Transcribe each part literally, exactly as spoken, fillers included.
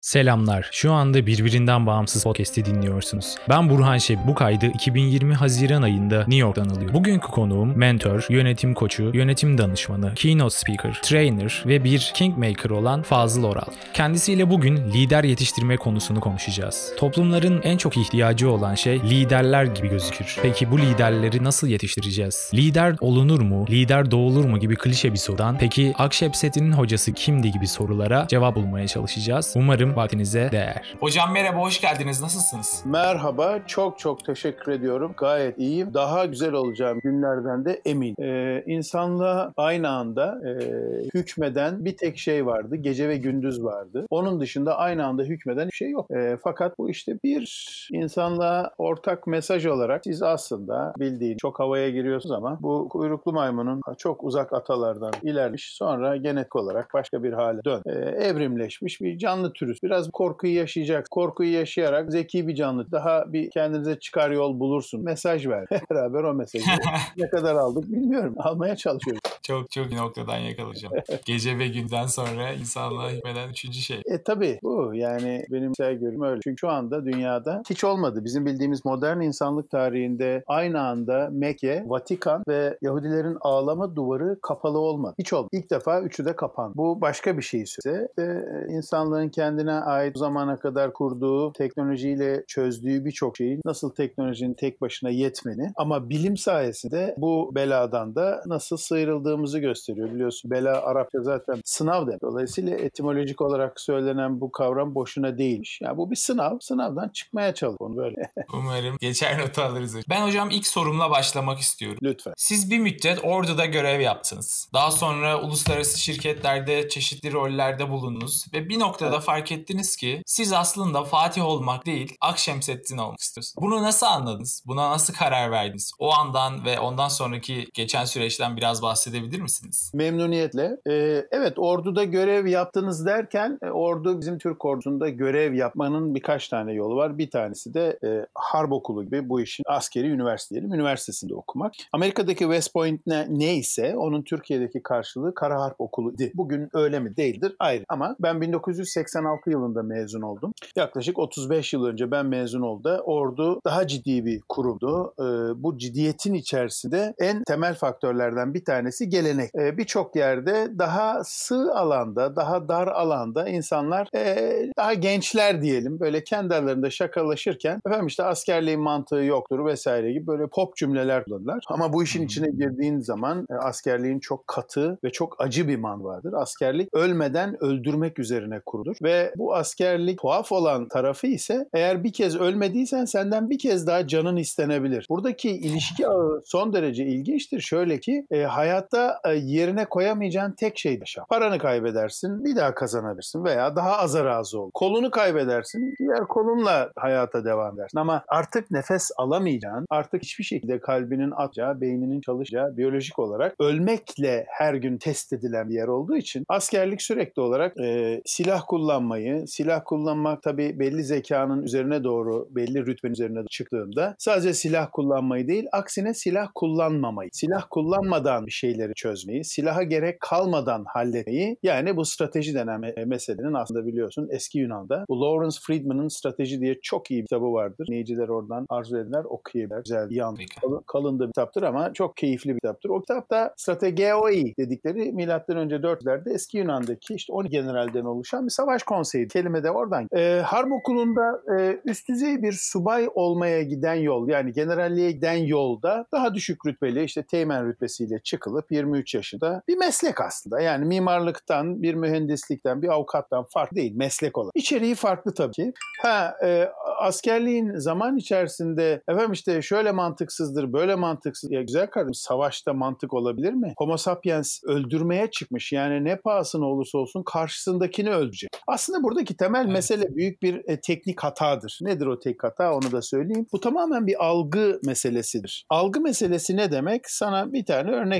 Selamlar. Şu anda birbirinden bağımsız podcast'i dinliyorsunuz. Ben Burhan Şeb. Bu kaydı iki bin yirmi Haziran ayında New York'tan alıyorum. Bugünkü konuğum mentor, yönetim koçu, yönetim danışmanı, keynote speaker, trainer ve bir kingmaker olan Fazıl Oral. Kendisiyle bugün lider yetiştirme konusunu konuşacağız. Toplumların en çok ihtiyacı olan şey liderler gibi gözükür. Peki bu liderleri nasıl yetiştireceğiz? Lider olunur mu? Lider doğulur mu gibi klişe bir sorudan peki Akşemseddin'in hocası kimdi gibi sorulara cevap bulmaya çalışacağız. Umarım vaktinize değer. Hocam merhaba, hoş geldiniz. Nasılsınız? Merhaba, çok çok teşekkür ediyorum. Gayet iyiyim. Daha güzel olacağım günlerden de eminim. Ee, insanlığa aynı anda e, hükmeden bir tek şey vardı. Gece ve gündüz vardı. Onun dışında aynı anda hükmeden bir şey yok. E, fakat bu işte bir insanlığa ortak mesaj olarak siz aslında bildiğin çok havaya giriyorsunuz ama bu kuyruklu maymunun çok uzak atalardan ilerlemiş. Sonra genetik olarak başka bir hale dön. E, evrimleşmiş bir canlı türü. Biraz korkuyu yaşayacak. Korkuyu yaşayarak zeki bir canlı. Daha bir kendinize çıkar yol bulursun. Mesaj ver. Beraber o mesajı ne kadar aldık bilmiyorum. Almaya çalışıyoruz. Çok çok bir noktadan yakalayacağım. Gece ve günden sonra insanlığa hükmeden üçüncü şey. E tabii bu yani benim güzel görüşüm öyle. Çünkü şu anda dünyada hiç olmadı. Bizim bildiğimiz modern insanlık tarihinde aynı anda Mekke, Vatikan ve Yahudilerin ağlama duvarı kapalı olmadı. Hiç olmadı. İlk defa üçü de kapandı. Bu başka bir şey ise e, insanlığın kendine ait bu zamana kadar kurduğu, teknolojiyle çözdüğü birçok şeyin nasıl teknolojinin tek başına yetmeni ama bilim sayesinde bu beladan da nasıl sıyrıldığımızı gösteriyor. Biliyorsun bela Arapça zaten sınav demek. Dolayısıyla etimolojik olarak söylenen bu kavram boşuna değilmiş. Yani bu bir sınav. Sınavdan çıkmaya çalışıyor böyle. Umarım geçer not alırız. Ben hocam ilk sorumla başlamak istiyorum. Lütfen. Siz bir müddet orduda görev yaptınız. Daha sonra uluslararası şirketlerde çeşitli rollerde bulundunuz ve bir noktada evet. fark ettiniz ki siz aslında Fatih olmak değil, Akşemseddin olmak istiyorsunuz. Bunu nasıl anladınız? Buna nasıl karar verdiniz? O andan ve ondan sonraki geçen süreçten biraz bahsedebilir misiniz? Memnuniyetle. Ee, evet, orduda görev yaptınız derken e, ordu bizim Türk ordusunda görev yapmanın birkaç tane yolu var. Bir tanesi de e, harp okulu gibi bu işin askeri üniversite diyelim. Üniversitesinde okumak. Amerika'daki West Point ne, neyse onun Türkiye'deki karşılığı Kara Harp Okulu. Bugün öyle mi değildir ayrı. Ama ben bin dokuz yüz seksen altı yılında mezun oldum. Yaklaşık otuz beş yıl önce ben mezun oldum. Ordu daha ciddi bir kurumdu. Ee, bu ciddiyetin içerisinde en temel faktörlerden bir tanesi gelenek. Ee, Birçok yerde daha sığ alanda, daha dar alanda insanlar ee, daha gençler diyelim böyle kendi aralarında şakalaşırken efendim işte askerliğin mantığı yoktur vesaire gibi böyle pop cümleler kullanırlar. Ama bu işin içine girdiğin zaman e, askerliğin çok katı ve çok acı bir mantığı vardır. Askerlik ölmeden öldürmek üzerine kurulur ve bu askerlik tuhaf olan tarafı ise eğer bir kez ölmediysen senden bir kez daha canın istenebilir. Buradaki ilişki ağı son derece ilginçtir. Şöyle ki e, hayatta e, yerine koyamayacağın tek şey yaşam. Paranı kaybedersin, bir daha kazanabilirsin veya daha aza razı ol. Kolunu kaybedersin, diğer kolunla hayata devam edersin. Ama artık nefes alamayacağın, artık hiçbir şekilde kalbinin atacağı, beyninin çalışacağı biyolojik olarak ölmekle her gün test edilen bir yer olduğu için askerlik sürekli olarak e, silah kullanmayı, silah kullanmak tabii belli zekanın üzerine doğru, belli rütbenin üzerine doğru çıktığında sadece silah kullanmayı değil, aksine silah kullanmamayı, silah kullanmadan bir şeyleri çözmeyi, silaha gerek kalmadan halletmeyi, yani bu strateji denen meselenin aslında biliyorsun eski Yunan'da bu Lawrence Friedman'ın Strateji diye çok iyi bir kitabı vardır. Dinleyiciler oradan arzu ederler, okuyabilirler. Güzel, iyi anlamda. Kalın da bir kitaptır ama çok keyifli bir kitaptır. O kitapta strategeoi dedikleri milattan önce dörtlerde eski Yunan'daki işte on generalden oluşan bir savaş konseyi. Kelime de oradan. E, harp okulunda e, üst düzey bir subay olmaya giden yol, yani generalliğe giden yolda daha düşük rütbeli işte teğmen rütbesiyle çıkılıp yirmi üç yaşında bir meslek aslında. Yani mimarlıktan, bir mühendislikten, bir avukattan farklı değil, meslek olarak. İçeriği farklı tabii ki. Ha, e, askerliğin zaman içerisinde efendim işte şöyle mantıksızdır, böyle mantıksız. Ya güzel kardeşim, savaşta mantık olabilir mi? Homo sapiens öldürmeye çıkmış. Yani ne pahasına olursa olsun karşısındakini öldürecek. Aslında buradaki temel evet. mesele büyük bir e, teknik hatadır. Nedir o teknik hata? Onu da söyleyeyim. Bu tamamen bir algı meselesidir. Algı meselesi ne demek? Sana bir tane örnek söyleyeyim.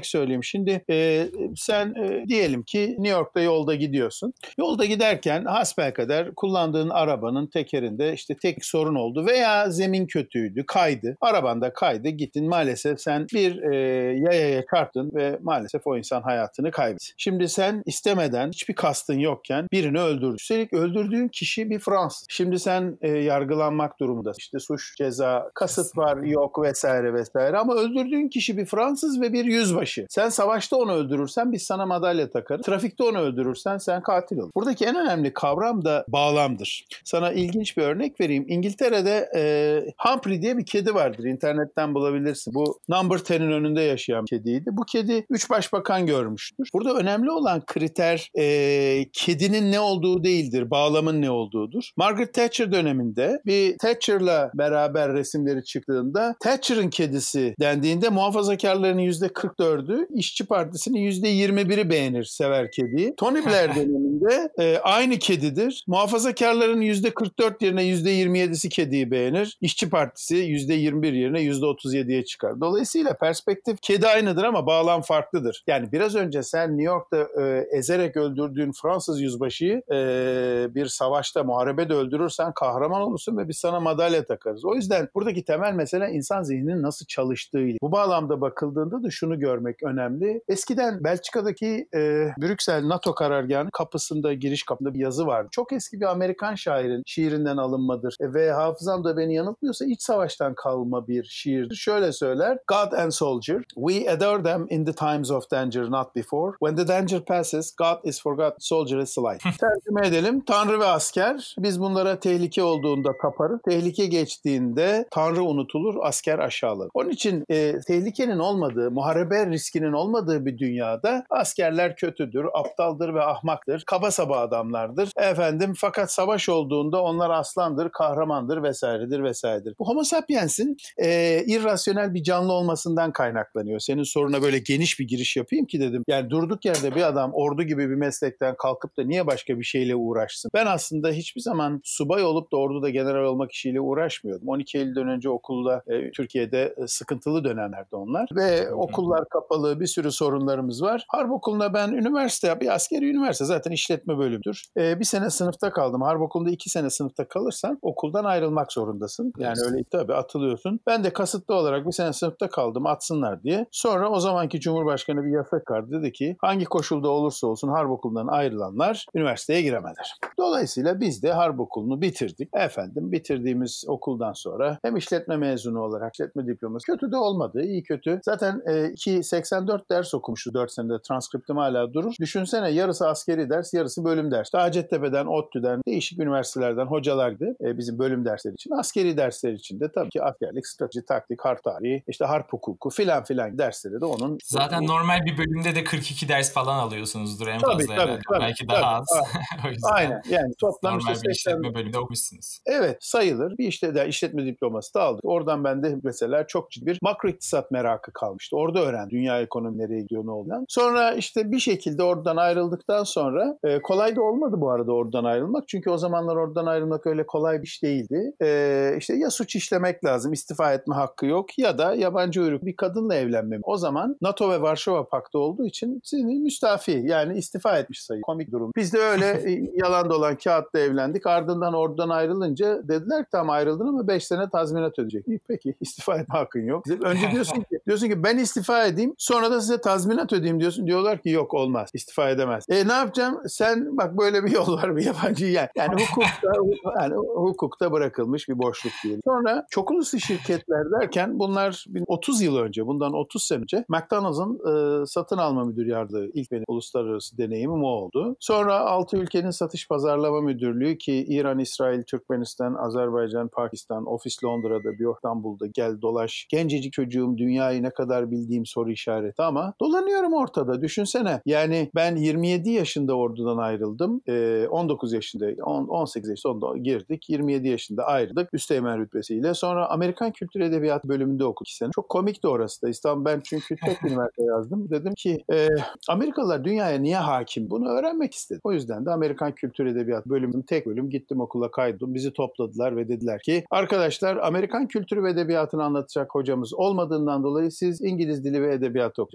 Şimdi e, sen e, diyelim ki New York'ta yolda gidiyorsun. Yolda giderken hasbelkader kullandığın arabanın tekerinde işte tek sorun oldu veya zemin kötüydü, kaydı. Arabanda kaydı, gittin maalesef sen bir e, yayaya çarptın ve maalesef o insan hayatını kaybetti. Şimdi sen istemeden hiçbir kastın yokken birini öldürdün. Üstelik öldürdüğün kişi bir Fransız. Şimdi sen e, yargılanmak durumundasın. İşte suç, ceza, kasıt var, yok vesaire vesaire ama öldürdüğün kişi bir Fransız ve bir yüzbaşı. Sen savaşta onu öldürürsen biz sana madalya takarız. Trafikte onu öldürürsen sen katil olur. Buradaki en önemli kavram da bağlamdır. Sana ilginç bir örnek vereyim. İngiltere'de e, Humphrey diye bir kedi vardır. İnternetten bulabilirsin. Bu Number Ten'in önünde yaşayan kediydi. Bu kedi üç başbakan görmüştür. Burada önemli olan kriter e, kedinin ne olduğu değildir, bağlamın ne olduğudur. Margaret Thatcher döneminde bir Thatcher'la beraber resimleri çıktığında Thatcher'ın kedisi dendiğinde muhafazakarların yüzde kırk dördü, İşçi Partisi'nin yüzde yirmi biri beğenir, sever kediyi. Tony Blair döneminde e, aynı kedidir. Muhafazakarların yüzde kırk dört yerine yüzde yirmi yedisi kediyi beğenir. İşçi Partisi yüzde yirmi bir yerine yüzde otuz yediye çıkar. Dolayısıyla perspektif kedi aynıdır ama bağlam farklıdır. Yani biraz önce sen New York'ta e, ezerek öldürdüğün Fransız yüzbaşıyı e, bir savaşta, muharebede öldürürsen kahraman olursun ve biz sana madalya takarız. O yüzden buradaki temel mesele insan zihninin nasıl çalıştığıyla. Bu bağlamda bakıldığında da şunu görmek önemli. Eskiden Belçika'daki e, Brüksel NATO karargahının kapısında, giriş kapında bir yazı vardı. Çok eski bir Amerikan şairin şiirinden alınmadır. E, ve hafızam da beni yanıltmıyorsa iç savaştan kalma bir şiirdir. Şöyle söyler: God and soldier, we adore them in the times of danger, not before. When the danger passes, God is forgot, soldier is alive. Tercüme edelim. Tanrı ve asker, biz bunlara tehlike olduğunda taparız. Tehlike geçtiğinde Tanrı unutulur, asker aşağılanır. Onun için e, tehlikenin olmadığı, muharebe riskinin olmadığı bir dünyada askerler kötüdür, aptaldır ve ahmaktır. Kaba saba adamlardır. Efendim fakat savaş olduğunda onlar aslandır, kahramandır vesairedir vesairedir. Bu Homo sapiens'in e, irrasyonel bir canlı olmasından kaynaklanıyor. Senin soruna böyle geniş bir giriş yapayım ki dedim. Yani durduk yerde bir adam ordu gibi bir meslekten kalkıp da niye başka bir şeyle uğraşsın? Ben aslında hiçbir zaman subay olup da orduda general olmak işiyle uğraşmıyordum. on iki Eylül'den önce okulda e, Türkiye'de e, sıkıntılı dönemlerde onlar. Ve Hı-hı. okullar kapalı, bir sürü sorunlarımız var. Harp okulunda ben üniversite, bir askeri üniversite zaten işletme bölümüdür. E, bir sene sınıfta kaldım. Harp okulunda iki sene sınıfta kalırsan okuldan ayrılmak zorundasın. Yani evet. Öyle tabii atılıyorsun. Ben de kasıtlı olarak bir sene sınıfta kaldım atsınlar diye. Sonra o zamanki Cumhurbaşkanı bir yasa çıkardı. Dedi ki hangi koşulda olursa olsun harp okulundan ayrılanlar üniversiteye giremezler. Dolayısıyla biz de harp okulunu bitirdik. Efendim bitirdiğimiz okuldan sonra hem işletme mezunu olarak işletme diploması kötü de olmadı. İyi kötü. Zaten e, iki seksen dört ders okumuştu dört senede. Transkriptim hala durur. Düşünsene yarısı askeri ders, yarısı bölüm ders. Hacettepe'den, ODTÜ'den, değişik üniversitelerden hocalardı e, bizim bölüm dersleri için. Askeri dersler için de tabii ki askerlik, strateji, taktik, harp tarihi, işte harp hukuku filan filan dersleri de onun. Zaten o, normal bir bölümde de kırk iki ders falan alıyorsunuzdur en tabii, fazla tabii, herhalde. tabii, Belki tabii, daha az. Tabii. O yüzden aynen yani toplam normal işte bir seksen işletme bölümünde okumuşsunuz. Evet sayılır. Bir işte de işletme diploması da aldık. Oradan bende mesela çok ciddi bir makro iktisat merakı kalmıştı. Orada öğrendim. Dünya ekonomi nereye gidiyor ne oluyor. Sonra işte bir şekilde oradan ayrıldıktan sonra e, kolay da olmadı bu arada oradan ayrılmak. Çünkü o zamanlar oradan ayrılmak öyle kolay bir iş değildi. E, işte ya suç işlemek lazım, istifa etme hakkı yok ya da yabancı uyruklu bir kadınla evlenmem. O zaman NATO ve Varşova Paktı olduğu için senin müstafi yani istifa etmiş sayı. Komik durum. Biz de öyle yalan dolan kağıtla evlendik. Ardından oradan ayrılınca dediler ki tamam ayrıldın ama beş sene tazminat ödeyecek. İyi peki istifa etme hakkın yok. Önce diyorsun ki diyorsun ki ben istifa edeyim sonra da size tazminat ödeyeyim diyorsun. Diyorlar ki yok olmaz. İstifa edemez. E ne yapacağım? Sen bak böyle bir yol var bir yabancı yani. Yani hukukta yani hukukta bırakılmış bir boşluk diyelim. Sonra çok uluslu şirketler derken bunlar otuz yıl önce bundan otuz sene önce McDonald's'ın e, satın alma müdür yardımcısı ilk benim uluslararası deneyimim o oldu. Sonra altı ülkenin satış pazarlama müdürlüğü ki İran, İsrail, Türkmenistan, Azerbaycan, Pakistan, ofis Londra'da, bir İstanbul'da gel dolaş. Gencecik çocuğum dünyayı ne kadar bildiğim soru işareti ama dolanıyorum ortada. Düşünsene yani ben yirmi yedi yaşında ordudan ayrıldım. E, on dokuz yaşında, on sekiz yaşında girdik. yirmi yedi yaşında ayrıldık. Üsteğmen rütbesiyle. Sonra Amerikan Kültür Edebiyatı bölümünde okuduk iki sene. Çok komikti orası da. İstanbul ben çünkü tek üniversite yazdım. Dedim ki e, Amerikalılar dünyaya niye hakim? Bunu öğrenmek istedim. O yüzden de Amerikan Kültür Edebiyatı bölümünün tek bölüm gittim okula kaydım. Bizi topladılar ve dediler ki arkadaşlar Amerikan kültürü ve edebiyatını anlatacak hocamız olmadığından dolayı siz İngiliz dili ve edebiyatı okuyacaksınız.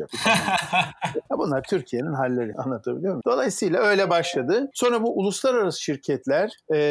yapıyor. Bunlar Türkiye'nin halleri, anlatabiliyor muyum? Dolayısıyla öyle başladı. Sonra bu uluslararası şirketler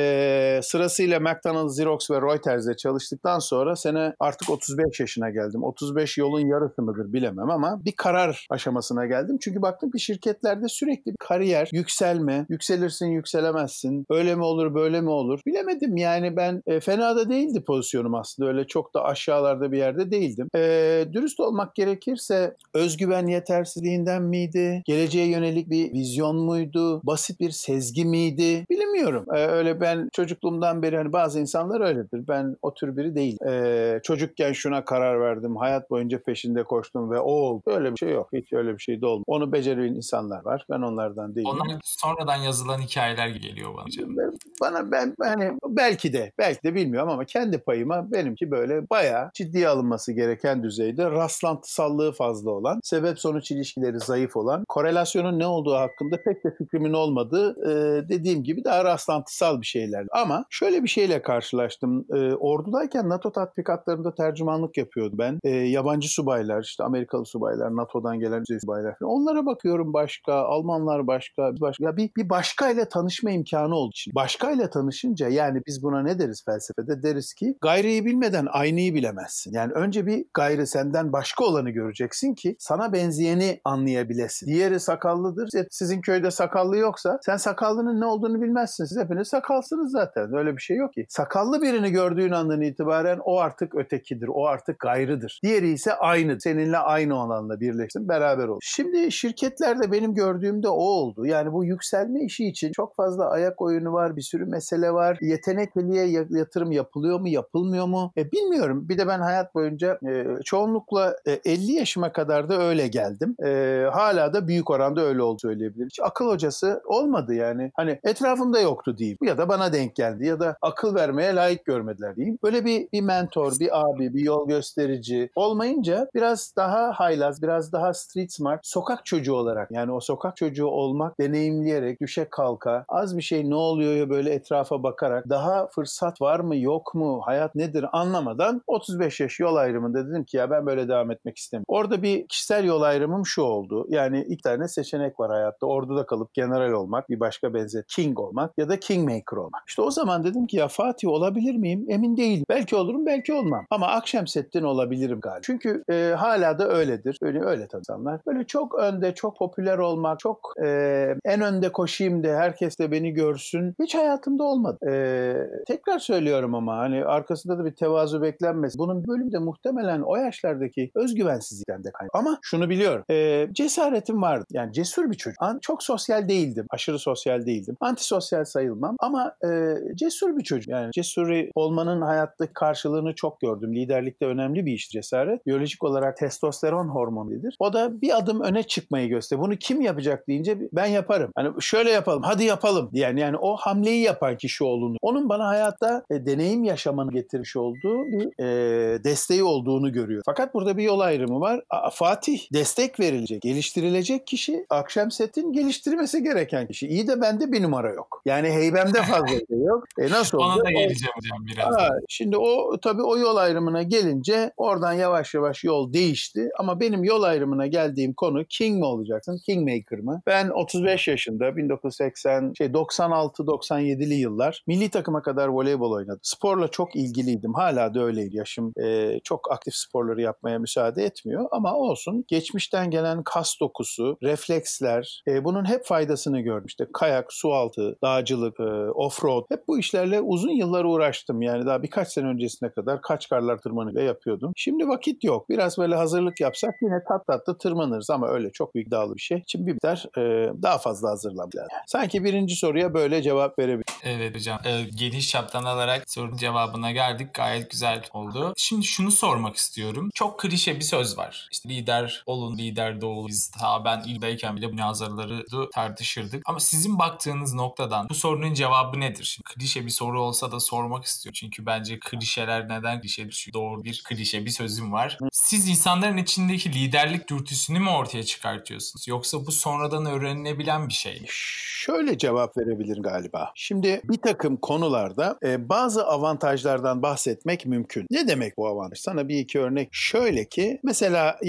e, sırasıyla McDonald's, Xerox ve Reuters'le çalıştıktan sonra sene artık otuz beş yaşına geldim. otuz beş yolun yarısı mıdır bilemem ama bir karar aşamasına geldim. Çünkü baktım ki şirketlerde sürekli bir kariyer, yükselme, yükselirsin yükselemezsin, öyle mi olur böyle mi olur bilemedim. Yani ben e, fena da değildi pozisyonum aslında, öyle çok da aşağılarda bir yerde değildim. E, dürüst olmak gerekirse özgüven yetersizliğinden miydi? Geleceğe yönelik bir vizyon muydu? Basit bir sezgi miydi? Bilmiyorum. Ee, öyle ben çocukluğumdan beri, hani bazı insanlar öyledir. Ben o tür biri değilim. Ee, çocukken şuna karar verdim. Hayat boyunca peşinde koştum ve o oldu. Öyle bir şey yok. Hiç öyle bir şey de olmadı. Onu becerebilen insanlar var. Ben onlardan değilim. Onlar sonradan yazılan hikayeler geliyor bana canım. Bana ben hani belki de belki de bilmiyorum ama kendi payıma benimki böyle bayağı ciddiye alınması gereken düzeyde, rastlantısallığı fazla olan, sebep sonuç ilişkileri zayıf olan, korelasyonun ne olduğu hakkında pek de fikrimin olmadığı, e, dediğim gibi daha rastlantısal bir şeyler. Ama şöyle bir şeyle karşılaştım. E, ordudayken NATO tatbikatlarında tercümanlık yapıyordum ben. E, yabancı subaylar, işte Amerikalı subaylar, NATO'dan gelen subaylar falan. Onlara bakıyorum, başka, Almanlar başka, başka. Ya bir, bir başkayla tanışma imkanı oldu için. Başkayla tanışınca, yani biz buna ne deriz felsefede? Deriz ki gayrıyı bilmeden aynıyı bilemezsin. Yani önce bir gayrı, senden başka olanı göreceksin ki sana benzeyeni anlayabilesin. Diğeri sakallıdır. Sizin köyde sakallı yoksa sen sakallının ne olduğunu bilmezsiniz. Siz hepiniz sakalsınız zaten. Öyle bir şey yok ki. Sakallı birini gördüğün andan itibaren o artık ötekidir. O artık gayrıdır. Diğeri ise aynı. Seninle aynı olanla birleşsin. Beraber olur. Şimdi şirketlerde benim gördüğümde o oldu. Yani bu yükselme işi için çok fazla ayak oyunu var. Bir sürü mesele var. Yetenekliliğe yatırım yapılıyor mu? Yapılmıyor mu? E, bilmiyorum. Bir de ben hayat boyunca e, çoğunlukla e, elli yaşıma kadar da öyle geldim. E, hala da büyük oranda öyle oldu söyleyebilirim. Hiç akıl hocası olmadı yani. Hani etrafımda yoktu diyeyim. Ya da bana denk geldi. Ya da akıl vermeye layık görmediler diyeyim. Böyle bir, bir mentor, bir abi, bir yol gösterici olmayınca biraz daha haylaz, biraz daha street smart, sokak çocuğu olarak, yani o sokak çocuğu olmak, deneyimleyerek, düşe kalka, az bir şey ne oluyor ya böyle etrafa bakarak, daha fırsat var mı yok mu, hayat nedir anlamadan otuz beş yaş yol ayrımında dedim ki ya ben böyle devam etmek istemiyorum. Orada bir kişisel yol ayrımım şu oldu. Yani iki tane seçenek var hayatta. Orduda kalıp general olmak, bir başka benzet king olmak ya da kingmaker olmak. İşte o zaman dedim ki ya Fatih olabilir miyim? Emin değilim. Belki olurum, belki olmam. Ama Akşemseddin olabilirim galiba. Çünkü e, hala da öyledir. Öyle öyle insanlar. Böyle çok önde, çok popüler olmak, çok e, en önde koşayım da herkes de beni görsün. Hiç hayatımda olmadı. E, tekrar söylüyorum ama hani arkasında da bir tevazu beklenmez. Bunun bölümü de muhtemelen o yaşlardaki özgüvensizlikten de kaynaklı. Ama şunu biliyorum. E, cesaretim vardı. Yani cesur bir çocuk. Çok sosyal değildim. Aşırı sosyal değildim. Antisosyal sayılmam. Ama e, cesur bir çocuk. Yani cesur olmanın hayattaki karşılığını çok gördüm. Liderlikte önemli bir iş cesaret. Biyolojik olarak testosteron hormonudur. O da bir adım öne çıkmayı gösteriyor. Bunu kim yapacak deyince ben yaparım. Hani şöyle yapalım, hadi yapalım diyen, yani o hamleyi yapan kişi olduğunu, onun bana hayatta e, deneyim yaşamanı getirmiş olduğu bir e, desteği olduğunu görüyor. Fakat burada bir yol ayrımı var. A, Fatih destek verilecek, geliştirilecek kişi, Akşemseddin geliştirmesi gereken kişi. İyi de bende bir numara yok. Yani heybemde fazla şey yok. E nasıl olacak? Ona da geleceğim hocam biraz. Ha, şimdi o tabii o yol ayrımına gelince oradan yavaş yavaş yol değişti. Ama benim yol ayrımına geldiğim konu king mi olacaksın, kingmaker mı? Ben otuz beş yaşında bin dokuz yüz seksen şey doksan altı doksan yedili yıllar milli takıma kadar voleybol oynadım. Sporla çok ilgiliydim. Hala da öyleyim. Yaşım e, çok aktif sporları yapmaya müsaade etmiyor ama olsun. Geçmişten gelen kas dokusu, refleksler, e, bunun hep faydasını gördüm. İşte kayak, sualtı, dağcılık, e, offroad, hep bu işlerle uzun yıllar uğraştım. Yani daha birkaç sene öncesine kadar kaç karlar tırmanıyla yapıyordum. Şimdi vakit yok. Biraz böyle hazırlık yapsak yine tat tatlı tırmanırız ama öyle çok büyük dağlı bir şey. Şimdi bir biter e, daha fazla hazırlanmak lazım. Sanki birinci soruya böyle cevap verebilirim. Evet hocam. Ee, geniş çaptan alarak sorunun cevabına geldik. Gayet güzel oldu. Şimdi şunu sormak istiyorum. Çok klişe bir söz var. İşte lider olun, lider de olun. Biz ta ben ildeyken bile bu münazaraları tartışırdık. Ama sizin baktığınız noktadan bu sorunun cevabı nedir? Şimdi klişe bir soru olsa da sormak istiyorum. Çünkü bence klişeler neden klişedir? Çünkü doğru bir klişe bir sözüm var. Siz insanların içindeki liderlik dürtüsünü mü ortaya çıkartıyorsunuz? Yoksa bu sonradan öğrenilebilen bir şey mi? Şöyle cevap verebilirim galiba. Şimdi bir takım konularda e, bazı avantajlardan bahsetmek mümkün. Ne demek bu avantaj? Sana bir iki örnek. Şöyle ki mesela yapılan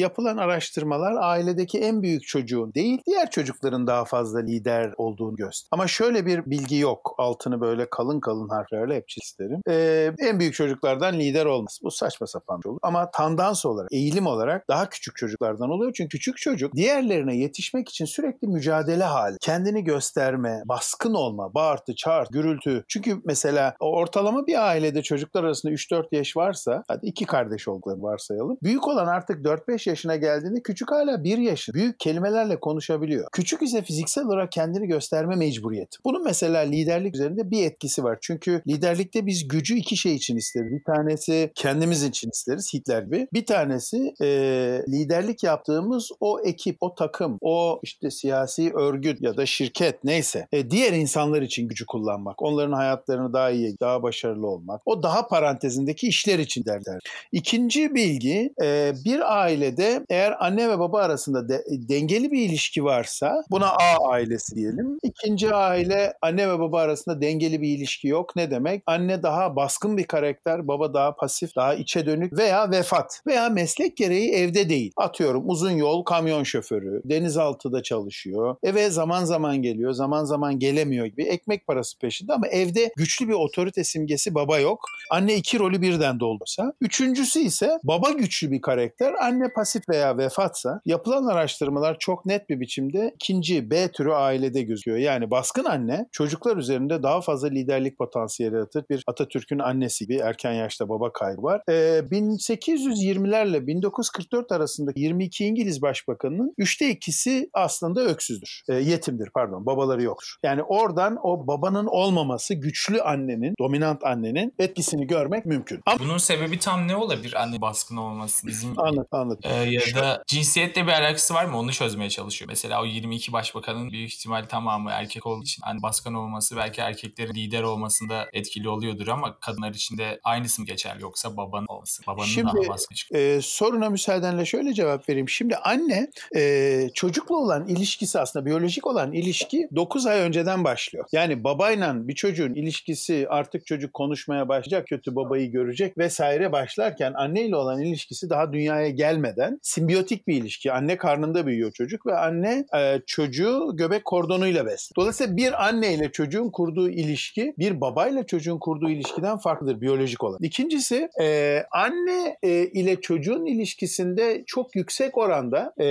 araştırmalar ailedeki en büyük çocuğun değil, diğer çocukların daha fazla lider olduğunu gösteriyor. Ama şöyle bir bilgi yok. Altını böyle kalın kalın harflerle hep isterim. Ee, en büyük çocuklardan lider olmaz. Bu saçma sapan olur. Ama tandans olarak, eğilim olarak daha küçük çocuklardan oluyor. Çünkü küçük çocuk diğerlerine yetişmek için sürekli mücadele hali. Kendini gösterme, baskın olma, bağırtı, çağırt, gürültü. Çünkü mesela ortalama bir ailede çocuklar arasında üç dört yaş varsa, hadi iki kardeş olduklarını varsayalım. Büyük olan artık dört beş yaşına geldiğinde küçük hala bir yaşı. Büyük kelimelerle konuşabiliyor. Küçük ise fiziksel olarak kendini gösterme mecburiyeti. Bunun mesela liderlik üzerinde bir etkisi var. Çünkü liderlikte biz gücü iki şey için isteriz. Bir tanesi kendimiz için isteriz, Hitler gibi. Bir tanesi e, liderlik yaptığımız o ekip, o takım, o işte siyasi örgüt ya da şirket neyse. E, diğer insanlar için gücü kullanmak. Onların hayatlarını daha iyi, daha başarılı olmak. O daha parantezindeki işler için derler. İkinci bilgi, e, bir ailede eğer anne ve baba arasında de, dengeli bir ilişki varsa, buna A ailesi diyelim. İkinci aile, anne ve baba arasında dengeli bir ilişki yok. Ne demek? Anne daha baskın bir karakter, baba daha pasif, daha içe dönük veya vefat veya meslek gereği evde değil. Atıyorum uzun yol kamyon şoförü, denizaltıda çalışıyor, eve zaman zaman geliyor, zaman zaman gelemiyor gibi ekmek parası peşinde ama evde güçlü bir otorite simgesi baba yok. Anne iki rolü birden doldursa. Üçüncüsü ise baba güçlü bir karakter, anne pasif veya vefatsa. Yapılan araştırmalar çok net bir biçimde ikinci B türü ailede gözüküyor. Yani baskın anne çocuklar üzerinde daha fazla liderlik potansiyeli yaratır. Bir Atatürk'ün annesi gibi erken yaşta baba kaybı var. Ee, bin sekiz yüz yirmilerle bin dokuz yüz kırk dört arasındaki yirmi iki İngiliz başbakanının üçte ikisi aslında öksüzdür. Ee, yetimdir pardon, babaları yoktur. Yani oradan o babanın olmaması güçlü annenin, dominant annenin etkisini görmek mümkün. Ama... Bunun sebebi tam ne olabilir anne baskın olması? Bizim Anlat, anlat. Ee, ya da cinsiyetle bir alakası var mı? Onu çözmeye çalışıyor. Mesela o yirmi iki başbakanın büyük ihtimal tamamı erkek olduğu için anne baskın olması belki erkeklerin lider olmasında etkili oluyordur ama kadınlar için de aynısı mı geçerli yoksa babanın olması? Babanın Şimdi, daha baskın çıkıyor. E, soruna müsaadenle şöyle cevap vereyim. Şimdi anne e, çocukla olan ilişkisi aslında biyolojik olan ilişki dokuz ay önceden başlıyor. Yani babayla bir çocuğun ilişkisi artık çocuk konuşmaya başlayacak, kötü babayı görecek vesaire başlarken anneyle olan ilişkisi daha dünyaya gelmeden simbiyotik bir ilişki. Anne karnında büyüyor çocuk ve anne e, çocuğu göbek kordonuyla besliyor. Dolayısıyla bir anne ile çocuğun kurduğu ilişki bir babayla çocuğun kurduğu ilişkiden farklıdır biyolojik olarak. İkincisi e, anne e, ile çocuğun ilişkisinde çok yüksek oranda e,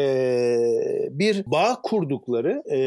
bir bağ kurdukları, e,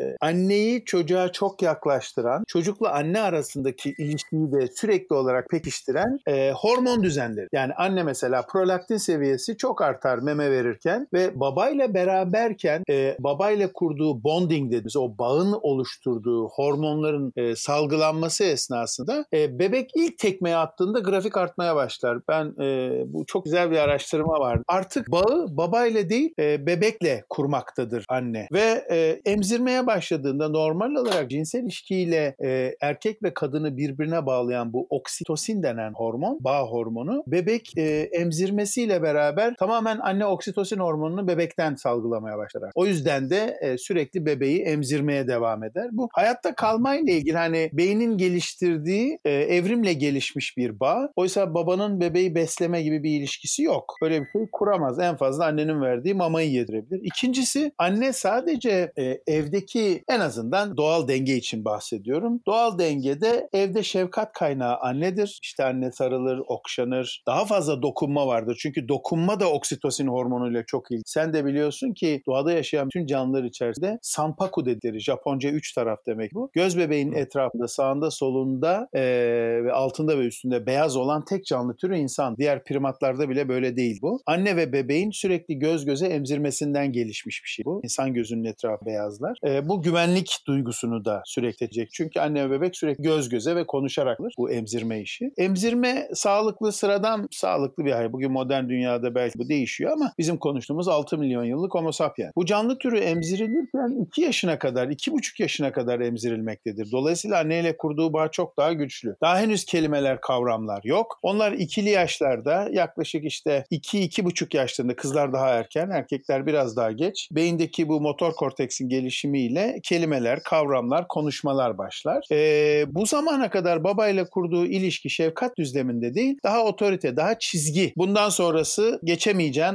anneyi çocuğa çok yaklaştıran, çocukla anne arasındaki ilişkiyi de sürekli olarak pekiştiren e, hormon düzenleri. Yani anne mesela prolaktin seviyesi çok artar meme verirken ve babayla beraberken e, babayla kurduğu bonding dediğimiz o bağın oluşturduğu hormonların e, salgılanması esnasında e, bebek ilk tekmeyi attığında grafik artmaya başlar. Ben e, bu çok güzel bir araştırma var. Artık bağı babayla değil e, bebekle kurmaktadır anne ve e, emzirmeye başladığında normal olarak cinsel ilişkiyle e, erkek ve kadını birbirine bağlayan bu oksitosin denen hormon, bağ hormonu bebek e, emzirmesiyle beraber tamamen anne oksitosin hormonunu bebekten salgılamaya başlar. O yüzden de e, sürekli bebeği emzirmeye devam eder. Bu hayatta kalmayla ilgili hani beynin geliştirdiği e, evrimle gelişmiş bir bağ. Oysa babanın bebeği besleme gibi bir ilişkisi yok. Böyle bir şey kuramaz. En fazla annenin verdiği mamayı yedirebilir. İkincisi anne sadece e, evdeki en azından doğal denge için bahsediyorum. Doğal dengede evde şefkat kaynağı annedir. İşte anne sarılır, okşanır. Daha fazla dokunma vardır. Çünkü dokunma da oksitosin hormonuyla çok ilgili. Sen de biliyorsun ki doğada yaşayan bütün canlılar içerisinde sanpaku dedikleri, Japonca üç taraf demek bu. Göz bebeğinin etrafında, sağında, solunda e, ve altında ve üstünde beyaz olan tek canlı türü insan. Diğer primatlarda bile böyle değil bu. Anne ve bebeğin sürekli göz göze emzirmesinden gelişmiş bir şey bu. İnsan gözünün etrafı beyazlar. E, bu güvenlik duygusunu da sürekli edecek. Çünkü anne ve bebek sürekli göz göze ve konuşaraklar bu emzirme işi. Emzirme sağlıklı, sıradan sağlıklı bir hayat. Bugün modern dünyada belki bu değişiyor ama bizim konuştuğumuz altı milyon yıllık Homo sapiens. Bu canlı türü emzirilirken iki yaşına kadar, iki buçuk yaşına kadar emzirilmektedir. Dolayısıyla anneyle kurduğu bağ çok daha güçlü. Daha henüz kelimeler, kavramlar yok. Onlar ikili yaşlarda yaklaşık işte iki iki buçuk yaşlarında, kızlar daha erken, erkekler biraz daha geç. Beyindeki bu motor korteksin gelişimiyle kelimeler, kavramlar, konuşmalar başlar. Ee, bu zamana kadar babayla kurduğu ilişki şefkat düzleminde değil, daha otorite, daha çizgi. Bundan sonrası geçemeyeceğin alanlar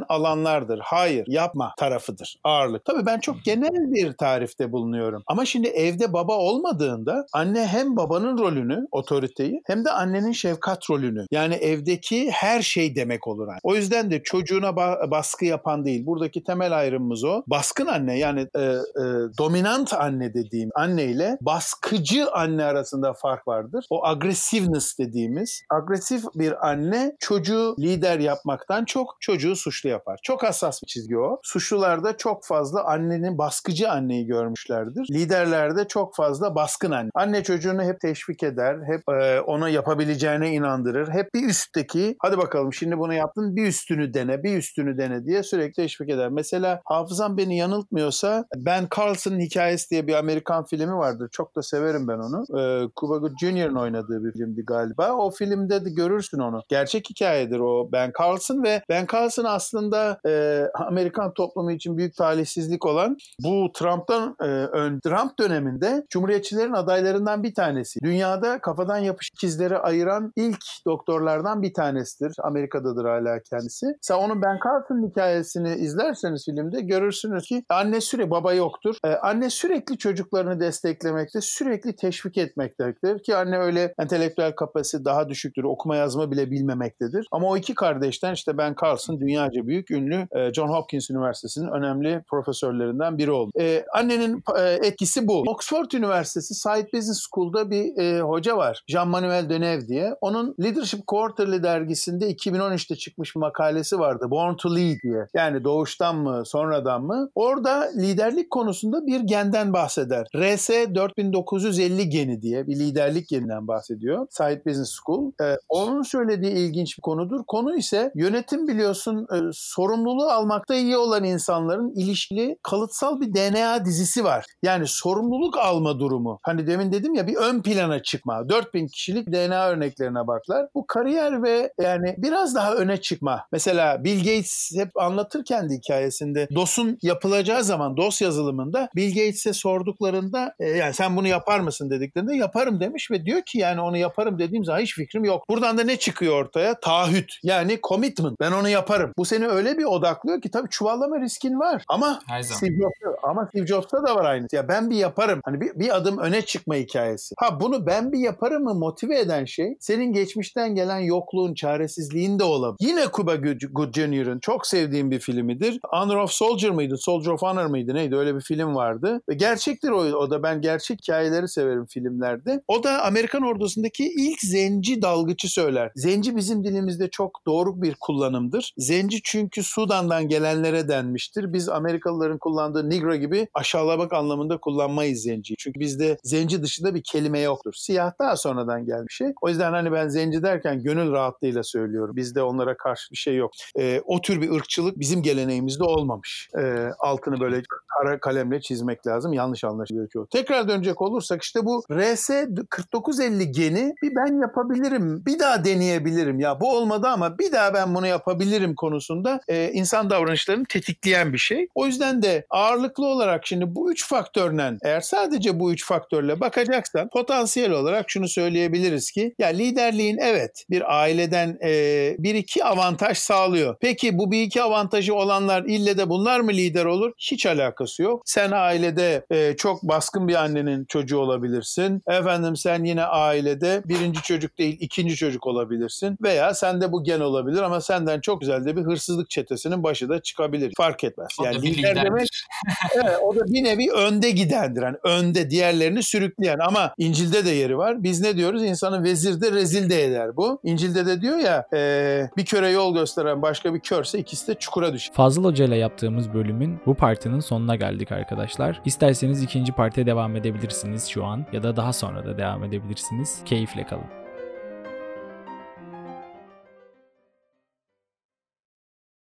yapanlardır. Hayır, yapma tarafıdır ağırlık. Tabii ben çok genel bir tarifte bulunuyorum. Ama şimdi evde baba olmadığında anne hem babanın rolünü, otoriteyi, hem de annenin şefkat rolünü, yani evdeki her şey demek olur anne. O yüzden de çocuğuna ba- baskı yapan değil. Buradaki temel ayrımımız o. Baskın anne, yani e, e, dominant anne dediğim anne ile baskıcı anne arasında fark vardır. O aggressiveness dediğimiz, agresif bir anne çocuğu lider yapmaktan çok çocuğu suçlu yapar. Çok hassas bir çizgi o. Suçlularda çok fazla annenin baskıcı anneyi görmüşlerdir. Liderlerde çok fazla baskın anne. Anne çocuğunu hep teşvik eder, hep e, ona yapabileceğine inandırır. Hep bir üstteki, hadi bakalım şimdi bunu yaptın, bir üstünü dene, bir üstünü dene diye sürekli teşvik eder. Mesela hafızam beni yanıltmıyorsa Ben Carlson'ın Hikayesi diye bir Amerikan filmi vardır. Çok da severim ben onu. Ee, Cuba Gooding Junior'ın oynadığı bir filmdi galiba. O filmde de görürsün onu. Gerçek hikayedir o Ben Carlson ve Ben Carlson aslında e, Amerikan toplumu için büyük talihsizlik olan, bu Trump'tan e, ön Trump döneminde Cumhuriyetçilerin adaylarından bir tanesi. Dünyada kafadan yapış ikizleri ayıran ilk doktorlardan bir tanesidir. Amerika'dadır hala kendisi. Sen onun Ben Carlson'ın hikayesini izlerseniz filmde görürsünüz ki anne sürekli, baba yoktur. Ee, anne sürekli çocuklarını desteklemekte, sürekli teşvik etmektedir ki anne öyle entelektüel kapasitesi daha düşüktür. Okuma yazma bile bilmemektedir. Ama o iki kardeşten işte Ben Carlson dünyaca büyük, ünlü e, John Hopkins Üniversitesi'nin önemli profesörlerinden biri oldu. E, annenin e, etkisi bu. Oxford Üniversitesi Said Business School'da bir e, hoca var. Jean-Manuel Deneuve diye. Onun Leadership Quarterly dergisinde iki bin on üçte çıkmış bir makalesi vardı. Born to Lead diye. Yani doğuştan mı, sonradan mı? Orada liderlik konusunda bir genden bahseder. R S dört bin dokuz yüz elli geni diye bir liderlik geninden bahsediyor. Said Business School. Ee, onun söylediği ilginç bir konudur. Konu ise yönetim, biliyorsun, e, sorumluluğu almakta iyi olan insanların ilişkili kalıtsal bir D N A dizisi var. Yani sorumluluk alma durumu. Hani demin dedim ya, bir ön plana çıkma. dört bin kişilik D N A örneklerine baklar. Bu kariyer ve yani biraz daha öne çıkma. Mesela Bill Gates hep anlatır kendi hikayesinde. DOS'un yapılacağı zaman, DOS yazılımında Bill Gates'e sorduklarında e, yani sen bunu yapar mısın dediklerinde yaparım demiş ve diyor ki yani onu yaparım dediğim zaman hiç fikrim yok. Buradan da ne çıkıyor ortaya? Taahhüt. Yani commitment. Ben onu yaparım. Bu seni öyle bir odaklıyor ki tabii çuvallama riskin var. Ama Her zaman. Steve Jobs'ta, ama Steve Jobs'ta da var aynısı. Ya ben bir yaparım. Hani bir, bir adım öne çıkma hikayesi. Ha bunu ben bir yaparımı motive eden şey senin geçmişten gelen yokluğun, çaresizliğin de olabilir. Yine Cuba Gooding Junior'ın çok sevdiğim bir filmidir. Honor of Soldier mıydı? Soldier of Honor mıydı? Neydi? Öyle bir film vardı. Ve gerçektir o, o da. Ben gerçek hikayeleri severim filmlerde. O da Amerikan ordusundaki ilk zenci dalgıcı söyler. Zenci bizim dilimizde çok doğru bir kullanımdır. Zenci çünkü Sudan'dan gelenlere denmiştir. Biz Amerikalıların kullandığı Negro gibi aşağılamak anlamında kullanmayız zenciyi. Çünkü bizde zenci dışında bir kelime yoktur. Siyah daha sonradan gelmiş şey. O yüzden hani ben zenci derken gönül rahatlığıyla söylüyorum. Bizde onlara karşı bir şey yok. Ee, o tür bir ırkçılık bizim geleneğimizde olmamış. Ee, altını böyle kara kalemle çizmek lazım. Yanlış anlaşılıyor ki o. Tekrar dönecek olursak işte bu R S kırk dokuz elli geni bir ben yapabilirim, bir daha deneyebilirim. Ya bu olmadı ama bir daha ben bunu yapabilirim konusunda e, insan davranışlarını tetikleyen bir şey. O yüzden de ağırlıklı olarak şimdi bu üç faktörle, eğer sadece bu üç faktörle bakacaksan potansiyel olarak şunu söyleyebiliriz ki ya liderliğin evet bir aileden e, bir iki avantaj sağlıyor. Peki bu bir iki avantajı olanlar ille de bunlar mı lider olur? Hiç alakası yok. Sen ailede e, çok baskın bir annenin çocuğu olabilirsin. Efendim sen yine ailede birinci çocuk değil ikinci çocuk olabilirsin. Veya sende bu gen olabilir ama senden çok güzel de bir hırsızlık çetesinin başı da çıkabilir. Fark etmez. O Yani da bir lider liderdir. demek evet, o da bir nevi önde gidendir. Yani önde diğerlerini sürükleyen ama İncil'de de yeri var. Biz ne diyoruz? İnsanı vezir de rezil de eder bu. İncil'de de diyor ya e, bir köre yol gösteren başka bir körse ikisi de çukura düşer. Fazıl Hoca ile yaptığımız bölümün bu partinin sonuna geldik arkadaşlar. İsterseniz ikinci partiye devam edebilirsiniz şu an ya da daha sonra da devam edebilirsiniz. Keyifle kalın.